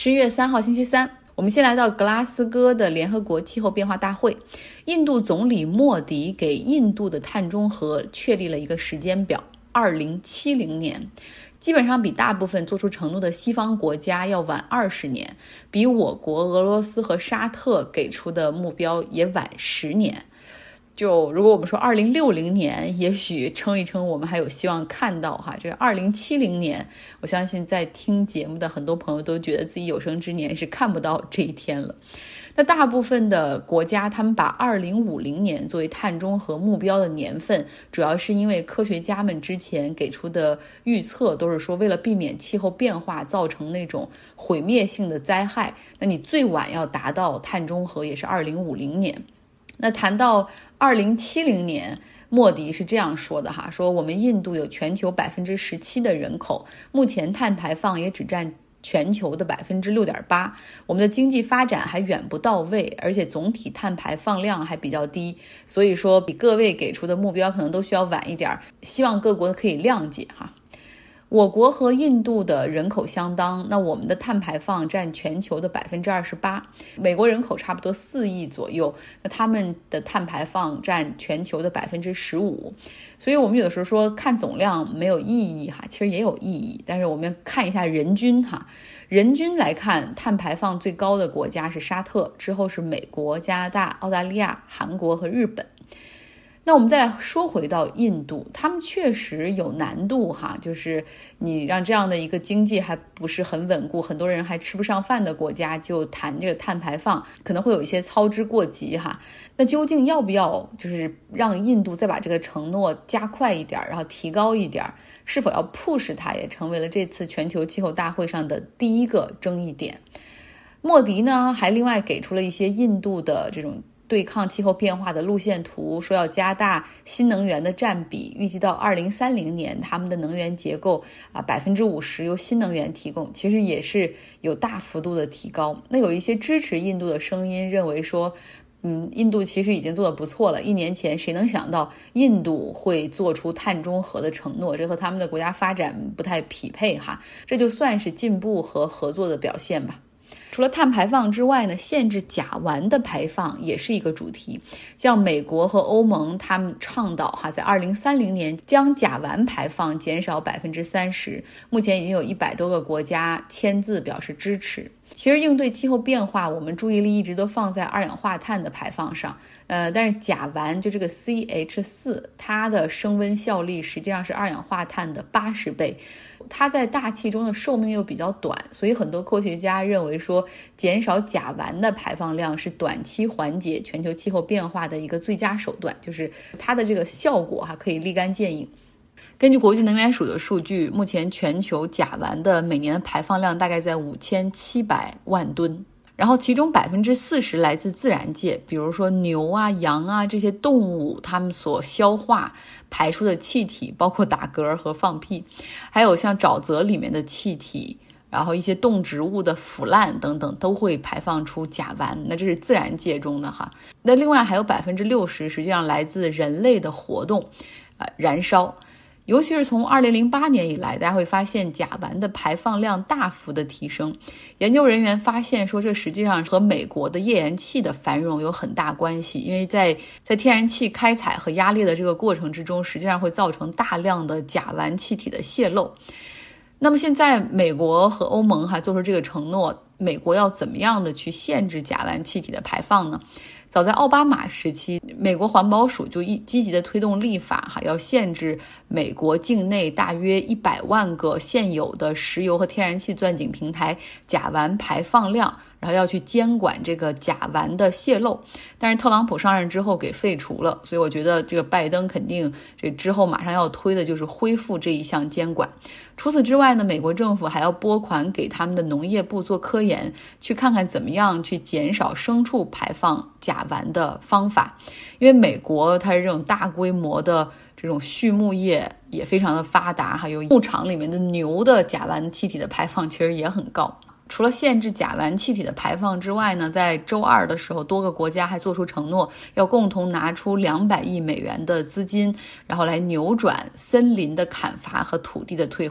11月3号星期三，我们先来到格拉斯哥的联合国气候变化大会。印度总理莫迪给印度的碳中和确立了一个时间表，2070年，基本上比大部分做出承诺的西方国家要晚20年，比我国、俄罗斯和沙特给出的目标也晚10年。就如果我们说2060年，也许撑一撑我们还有希望看到哈，这个2070年，我相信在听节目的很多朋友都觉得自己有生之年是看不到这一天了。那大部分的国家他们把2050年作为碳中和目标的年份，主要是因为科学家们之前给出的预测都是说，为了避免气候变化造成那种毁灭性的灾害，那你最晚要达到碳中和也是2050年。那谈到2070年，莫迪是这样说的哈，说我们印度有全球17%的人口，目前碳排放也只占全球的6.8%，我们的经济发展还远不到位，而且总体碳排放量还比较低，所以说比各位给出的目标可能都需要晚一点，希望各国可以谅解哈。我国和印度的人口相当，那我们的碳排放占全球的28%，美国人口差不多4亿左右，那他们的碳排放占全球的15%，所以我们有的时候说看总量没有意义哈，其实也有意义，但是我们看一下人均哈，人均来看，碳排放最高的国家是沙特，之后是美国、加拿大、澳大利亚、韩国和日本。那我们再说回到印度，他们确实有难度哈，就是你让这样的一个经济还不是很稳固，很多人还吃不上饭的国家就谈这个碳排放，可能会有一些操之过急哈。那究竟要不要就是让印度再把这个承诺加快一点，然后提高一点，是否要 push 它，也成为了这次全球气候大会上的第一个争议点。莫迪呢还另外给出了一些印度的这种对抗气候变化的路线图，说要加大新能源的占比，预计到2030年他们的能源结构50%由新能源提供，其实也是有大幅度的提高。那有一些支持印度的声音认为说印度其实已经做得不错了，1年前谁能想到印度会做出碳中和的承诺，这和他们的国家发展不太匹配哈，这就算是进步和合作的表现吧。除了碳排放之外呢，限制甲烷的排放也是一个主题。像美国和欧盟他们倡导在2030年将甲烷排放减少30%，目前已经有100多个国家签字表示支持。其实应对气候变化，我们注意力一直都放在二氧化碳的排放上，但是甲烷就这个 CH4， 它的升温效力实际上是二氧化碳的80倍，它在大气中的寿命又比较短，所以很多科学家认为说，减少甲烷的排放量是短期缓解全球气候变化的一个最佳手段，就是它的这个效果可以立竿见影。根据国际能源署的数据，目前全球甲烷的每年的排放量大概在5700万吨，然后其中40%来自自然界，比如说牛啊、羊啊这些动物，它们所消化排出的气体，包括打嗝和放屁，还有像沼泽里面的气体，然后一些动植物的腐烂等等都会排放出甲烷，那这是自然界中的哈。那另外还有60%实际上来自人类的活动，燃烧。尤其是从2008年以来，大家会发现甲烷的排放量大幅的提升。研究人员发现说，这实际上和美国的页岩气的繁荣有很大关系，因为在天然气开采和压裂的这个过程之中，实际上会造成大量的甲烷气体的泄漏。那么现在美国和欧盟还做出这个承诺，美国要怎么样的去限制甲烷气体的排放呢？早在奥巴马时期，美国环保署就积极的推动立法要限制美国境内大约100万个现有的石油和天然气钻井平台甲烷排放量，然后要去监管这个甲烷的泄漏。但是特朗普上任之后给废除了，所以我觉得这个拜登肯定这之后马上要推的就是恢复这一项监管。除此之外呢，美国政府还要拨款给他们的农业部做科研，去看看怎么样去减少牲畜排放甲烷的方法。因为美国它是这种大规模的这种畜牧业也非常的发达，还有牧场里面的牛的甲烷气体的排放其实也很高。除了限制甲烷气体的排放之外呢，在周二的时候，多个国家还做出承诺，要共同拿出200亿美元的资金，然后来扭转森林的砍伐和土地的退化。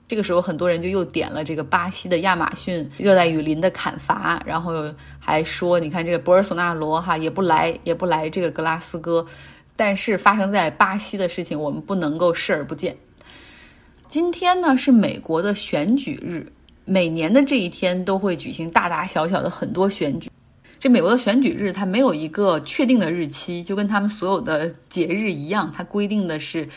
这个时候很多人就又点了这个巴西的亚马逊热带雨林的砍伐，然后还说你看这个博尔索纳罗也不来这个格拉斯哥，但是发生在巴西的事情我们不能够视而不见。今天呢是美国的选举日，每年的这一天都会举行大大小小的很多选举。这美国的选举日它没有一个确定的日期，就跟他们所有的节日一样，它规定的是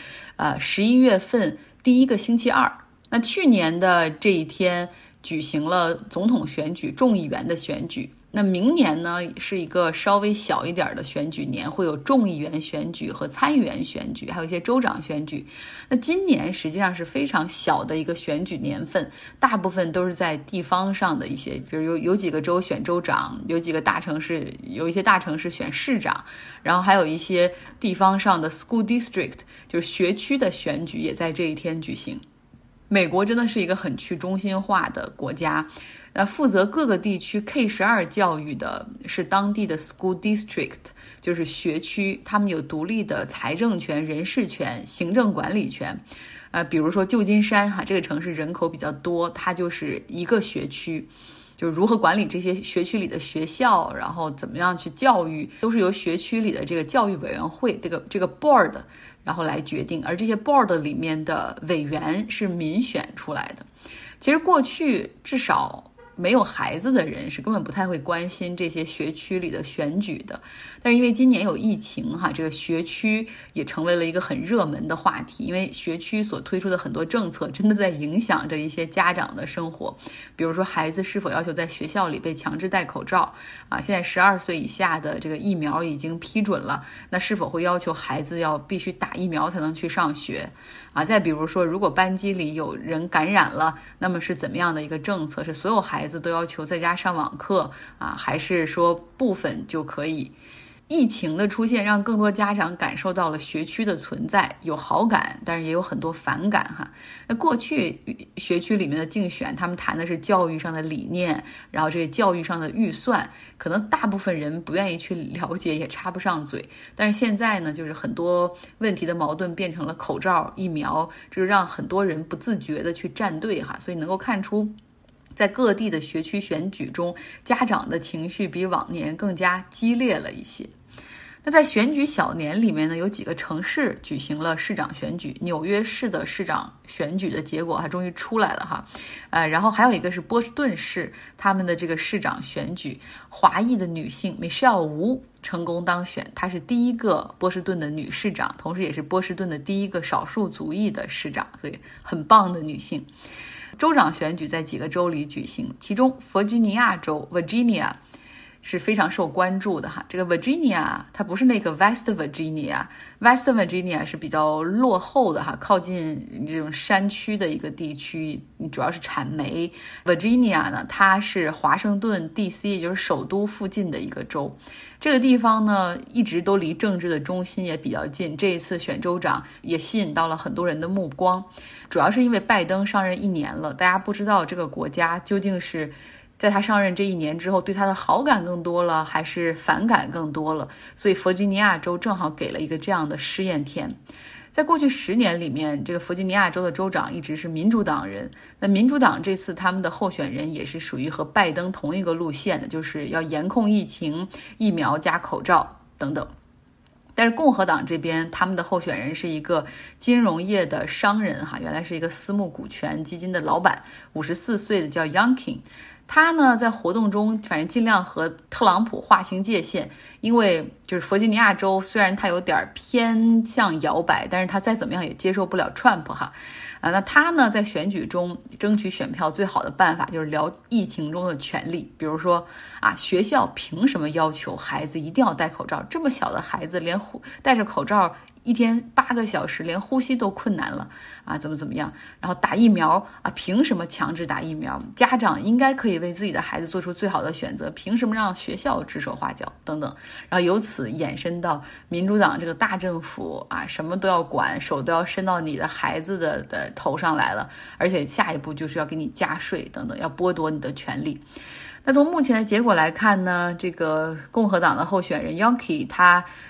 11月份第一个星期二。那去年的这一天举行了总统选举、众议员的选举。那明年呢是一个稍微小一点的选举年，会有众议员选举和参议员选举，还有一些州长选举。那今年实际上是非常小的一个选举年份，大部分都是在地方上的一些，比如有几个州选州长，有一些大城市选市长，然后还有一些地方上的 school district， 就是学区的选举也在这一天举行。美国真的是一个很去中心化的国家，负责各个地区 K-12 教育的是当地的 school district， 就是学区，他们有独立的财政权、人事权、行政管理权。比如说旧金山这个城市人口比较多，它就是一个学区，就是如何管理这些学区里的学校，然后怎么样去教育，都是由学区里的这个教育委员会这个 board然后来决定，而这些 board 里面的委员是民选出来的。其实过去至少没有孩子的人是根本不太会关心这些学区里的选举的，但是因为今年有疫情这个学区也成为了一个很热门的话题，因为学区所推出的很多政策真的在影响着一些家长的生活，比如说孩子是否要求在学校里被强制戴口罩现在12岁以下的这个疫苗已经批准了，那是否会要求孩子要必须打疫苗才能去上学再比如说如果班级里有人感染了，那么是怎么样的一个政策，是所有孩子都要求在家上网课还是说部分就可以。疫情的出现让更多家长感受到了学区的存在，有好感，但是也有很多反感那过去学区里面的竞选，他们谈的是教育上的理念，然后这个教育上的预算，可能大部分人不愿意去了解，也插不上嘴。但是现在呢，就是很多问题的矛盾变成了口罩、疫苗，这就让很多人不自觉的去站队所以能够看出在各地的学区选举中，家长的情绪比往年更加激烈了一些。那在选举小年里面呢，有几个城市举行了市长选举，纽约市的市长选举的结果终于出来了然后还有一个是波士顿市，他们的这个市长选举，华裔的女性 Michelle Wu 成功当选，她是第一个波士顿的女市长，同时也是波士顿的第一个少数族裔的市长，所以很棒的女性。州长选举在几个州里举行，其中弗吉尼亚州 Virginia 是非常受关注的这个 Virginia 它不是那个 West Virginia 是比较落后的靠近这种山区的一个地区，主要是产煤。Virginia 呢，它是华盛顿 DC 也就是首都附近的一个州，这个地方呢一直都离政治的中心也比较近，这一次选州长也吸引到了很多人的目光，主要是因为拜登上任1年了，大家不知道这个国家究竟是在他上任这1年之后对他的好感更多了还是反感更多了，所以弗吉尼亚州正好给了一个这样的试验田。在过去10年里面，这个弗吉尼亚州的州长一直是民主党人，那民主党这次他们的候选人也是属于和拜登同一个路线的，就是要严控疫情、疫苗加口罩等等。但是共和党这边他们的候选人是一个金融业的商人原来是一个私募股权基金的老板，54岁的叫 Youngkin，他呢在活动中反正尽量和特朗普划清界限，因为就是弗吉尼亚州虽然他有点偏向摇摆，但是他再怎么样也接受不了 Trump 那他呢在选举中争取选票最好的办法就是聊疫情中的权利，比如说学校凭什么要求孩子一定要戴口罩，这么小的孩子连戴着口罩一天8个小时连呼吸都困难了怎么样，然后打疫苗凭什么强制打疫苗，家长应该可以为自己的孩子做出最好的选择，凭什么让学校指手画脚等等，然后由此延伸到民主党这个大政府什么都要管，手都要伸到你的孩子的头上来了，而且下一步就是要给你加税等等，要剥夺你的权利。那从目前的结果来看呢，这个共和党的候选人 Youngkin 他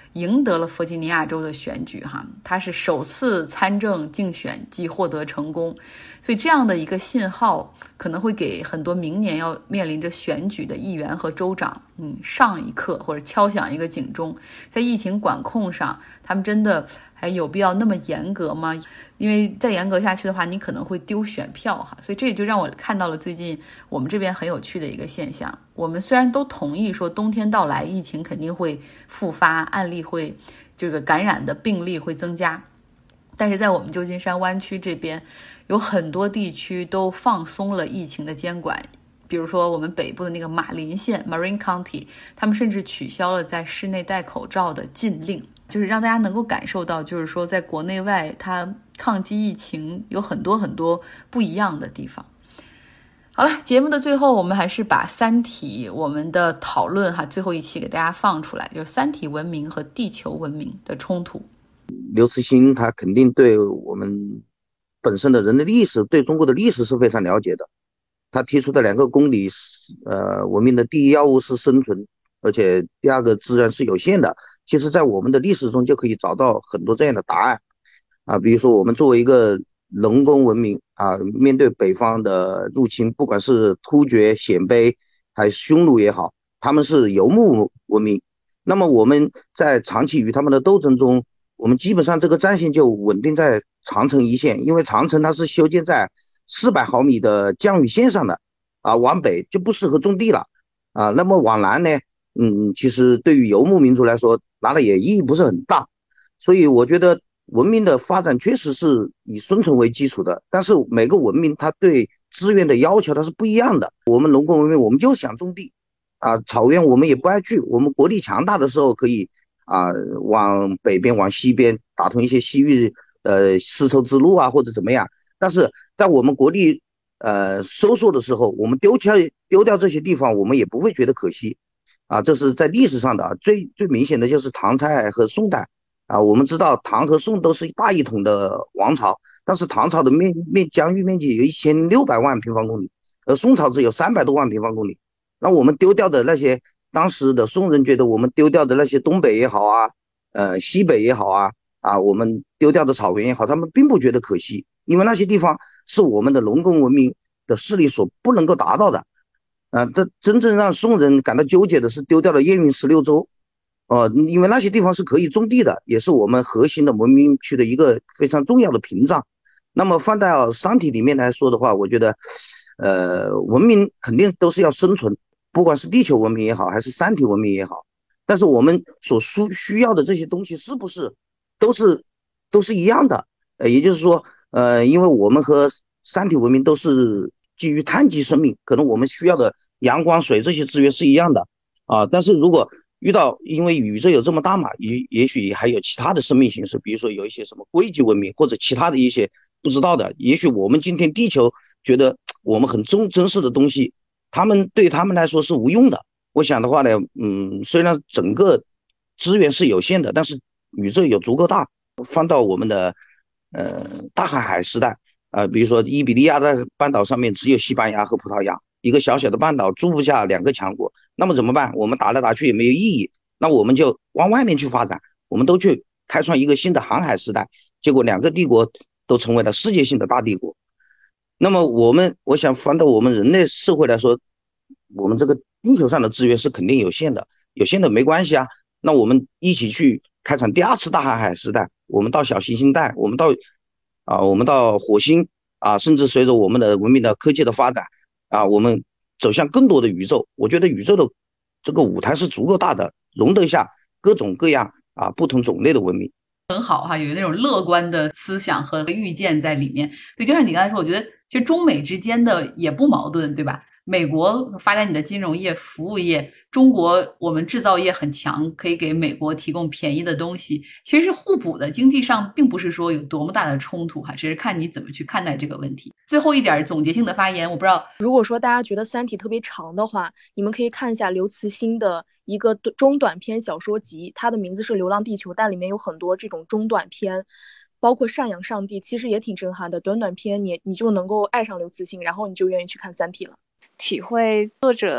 赢得了弗吉尼亚州的选举哈，他是首次参政竞选即获得成功，所以这样的一个信号可能会给很多明年要面临着选举的议员和州长上一课或者敲响一个警钟，在疫情管控上他们真的还有必要那么严格吗？因为再严格下去的话，你可能会丢选票哈，所以这也就让我看到了最近我们这边很有趣的一个现象。我们虽然都同意说冬天到来，疫情肯定会复发，案例会这个感染的病例会增加，但是在我们旧金山湾区这边，有很多地区都放松了疫情的监管。比如说我们北部的那个马林县 Marin County， 他们甚至取消了在室内戴口罩的禁令，就是让大家能够感受到，就是说在国内外它抗击疫情有很多很多不一样的地方。好了，节目的最后我们还是把三体我们的讨论最后一期给大家放出来，就是三体文明和地球文明的冲突。 刘慈欣他肯定对我们本身的人类历史，对中国的历史是非常了解的。他提出的两个公理，文明的第一要务是生存，而且第二个资源是有限的。其实在我们的历史中就可以找到很多这样的答案啊，比如说我们作为一个农耕文明啊，面对北方的入侵，不管是突厥、鲜卑还是匈奴也好，他们是游牧文明。那么我们在长期与他们的斗争中，我们基本上这个战线就稳定在长城一线，因为长城它是修建在400毫米的降雨线上的啊，往北就不适合种地了啊。那么往南呢，其实对于游牧民族来说，拿的也意义不是很大。所以我觉得文明的发展确实是以生存为基础的，但是每个文明它对资源的要求它是不一样的。我们农耕文明我们就想种地啊，草原我们也不爱去，我们国力强大的时候可以啊往北边往西边打通一些西域丝绸之路啊或者怎么样，但是在我们国力收缩的时候，我们丢掉这些地方，我们也不会觉得可惜啊。这是在历史上的最明显的就是唐代和宋代啊。我们知道唐和宋都是大一统的王朝，但是唐朝的疆域面积有1600万平方公里，而宋朝只有300多万平方公里。那我们丢掉的那些，当时的宋人觉得我们丢掉的那些东北也好啊，西北也好啊，我们丢掉的草原也好，他们并不觉得可惜，因为那些地方是我们的农耕文明的势力所不能够达到的。这真正让宋人感到纠结的是丢掉了燕云16州，因为那些地方是可以种地的，也是我们核心的文明区的一个非常重要的屏障。那么放到商体里面来说的话，我觉得，文明肯定都是要生存，不管是地球文明也好，还是三体文明也好，但是我们所需要的这些东西是不是都是都是一样的？也就是说，因为我们和三体文明都是基于碳基生命，可能我们需要的阳光、水这些资源是一样的啊。但是如果遇到，因为宇宙有这么大嘛，也许还有其他的生命形式，比如说有一些什么硅基文明或者其他的一些不知道的，也许我们今天地球觉得我们很珍视的东西，对他们来说是无用的。我想的话呢，虽然整个资源是有限的，但是宇宙有足够大。放到我们的大航海时代比如说伊比利亚的半岛上面只有西班牙和葡萄牙，一个小小的半岛住不下2个强国，那么怎么办？我们打来打去也没有意义，那我们就往外面去发展，我们都去开创一个新的航海时代，结果2个帝国都成为了世界性的大帝国。那么我想放到我们人类社会来说，我们这个地球上的资源是肯定有限的，有限的没关系啊。那我们一起去开展第2次大航海时代，我们到小行星带，我们到火星啊，甚至随着我们的文明的科技的发展啊，我们走向更多的宇宙。我觉得宇宙的这个舞台是足够大的，容得下各种各样不同种类的文明。 很好哈，有那种乐观的思想和预见在里面。对，就像你刚才说，我觉得其实中美之间的也不矛盾，对吧？美国发展你的金融业、服务业，中国我们制造业很强，可以给美国提供便宜的东西，其实是互补的。经济上并不是说有多么大的冲突哈，只是看你怎么去看待这个问题。最后一点总结性的发言，我不知道， 如果说大家觉得《三体》特别长的话，你们可以看一下刘慈欣的一个中短篇小说集，它的名字是《流浪地球》，但里面有很多这种中短篇，包括赡养上帝，其实也挺震撼的。短短篇你就能够爱上刘慈欣，然后你就愿意去看《三体》了。 体会作者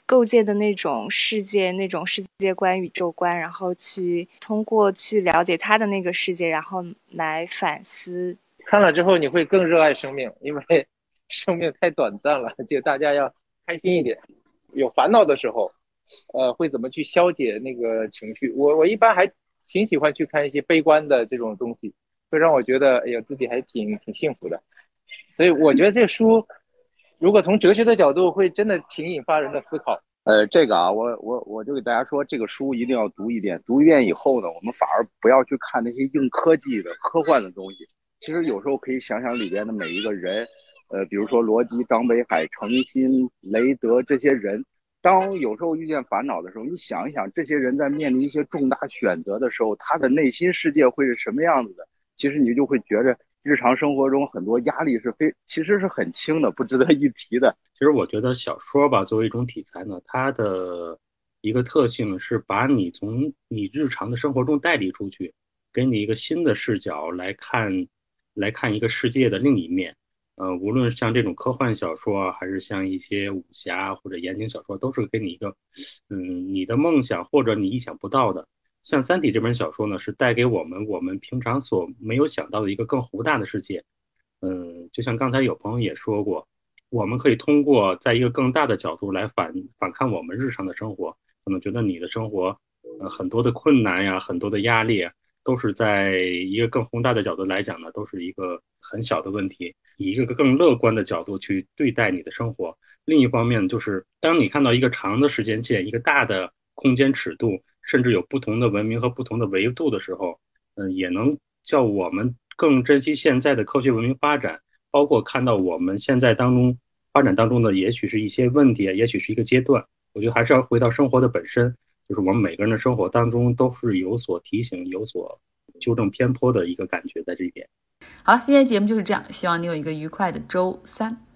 构建的那种世界观、宇宙观，然后去通过去了解他的那个世界，然后来反思。 看了之后你会更热爱生命，因为生命太短暂了，就大家要开心一点。有烦恼的时候，会怎么去消解那个情绪？我一般还挺喜欢去看一些悲观的这种东西，会让我觉得哎呀自己还挺幸福的。所以我觉得这书如果从哲学的角度，会真的挺引发人的思考。 这个啊，我就给大家说，这个书一定要读一遍。读一遍以后呢，我们反而不要去看那些硬科技的科幻的东西。其实有时候可以想想里边的每一个人，比如说罗辑、张北海、程心、雷德这些人，当有时候遇见烦恼的时候，你想一想，这些人在面临一些重大选择的时候，他的内心世界会是什么样子的？其实你就会觉着日常生活中很多压力其实是很轻的，不值得一提的。 其实我觉得小说吧，作为一种题材呢，它的一个特性是把你从你日常的生活中带离出去，给你一个新的视角来看一个世界的另一面。无论像这种科幻小说还是像一些武侠或者言情小说，都是给你一个你的梦想或者你意想不到的。像《三体》这本小说呢，是带给我们平常所没有想到的一个更宏大的世界。就像刚才有朋友也说过，我们可以通过在一个更大的角度来反看我们日常的生活，可能觉得你的生活很多的困难呀，很多的压力啊，都是在一个更宏大的角度来讲呢，都是一个很小的问题，以一个更乐观的角度去对待你的生活。另一方面就是当你看到一个长的时间线，一个大的空间尺度，甚至有不同的文明和不同的维度的时候，也能叫我们更珍惜现在的科学文明发展，包括看到我们现在发展当中的也许是一些问题，也许是一个阶段。我觉得还是要回到生活的本身，就是我们每个人的生活当中都是有所提醒、有所纠正偏颇的一个感觉在这边。 好了，今天节目就是这样，希望你有一个愉快的周三。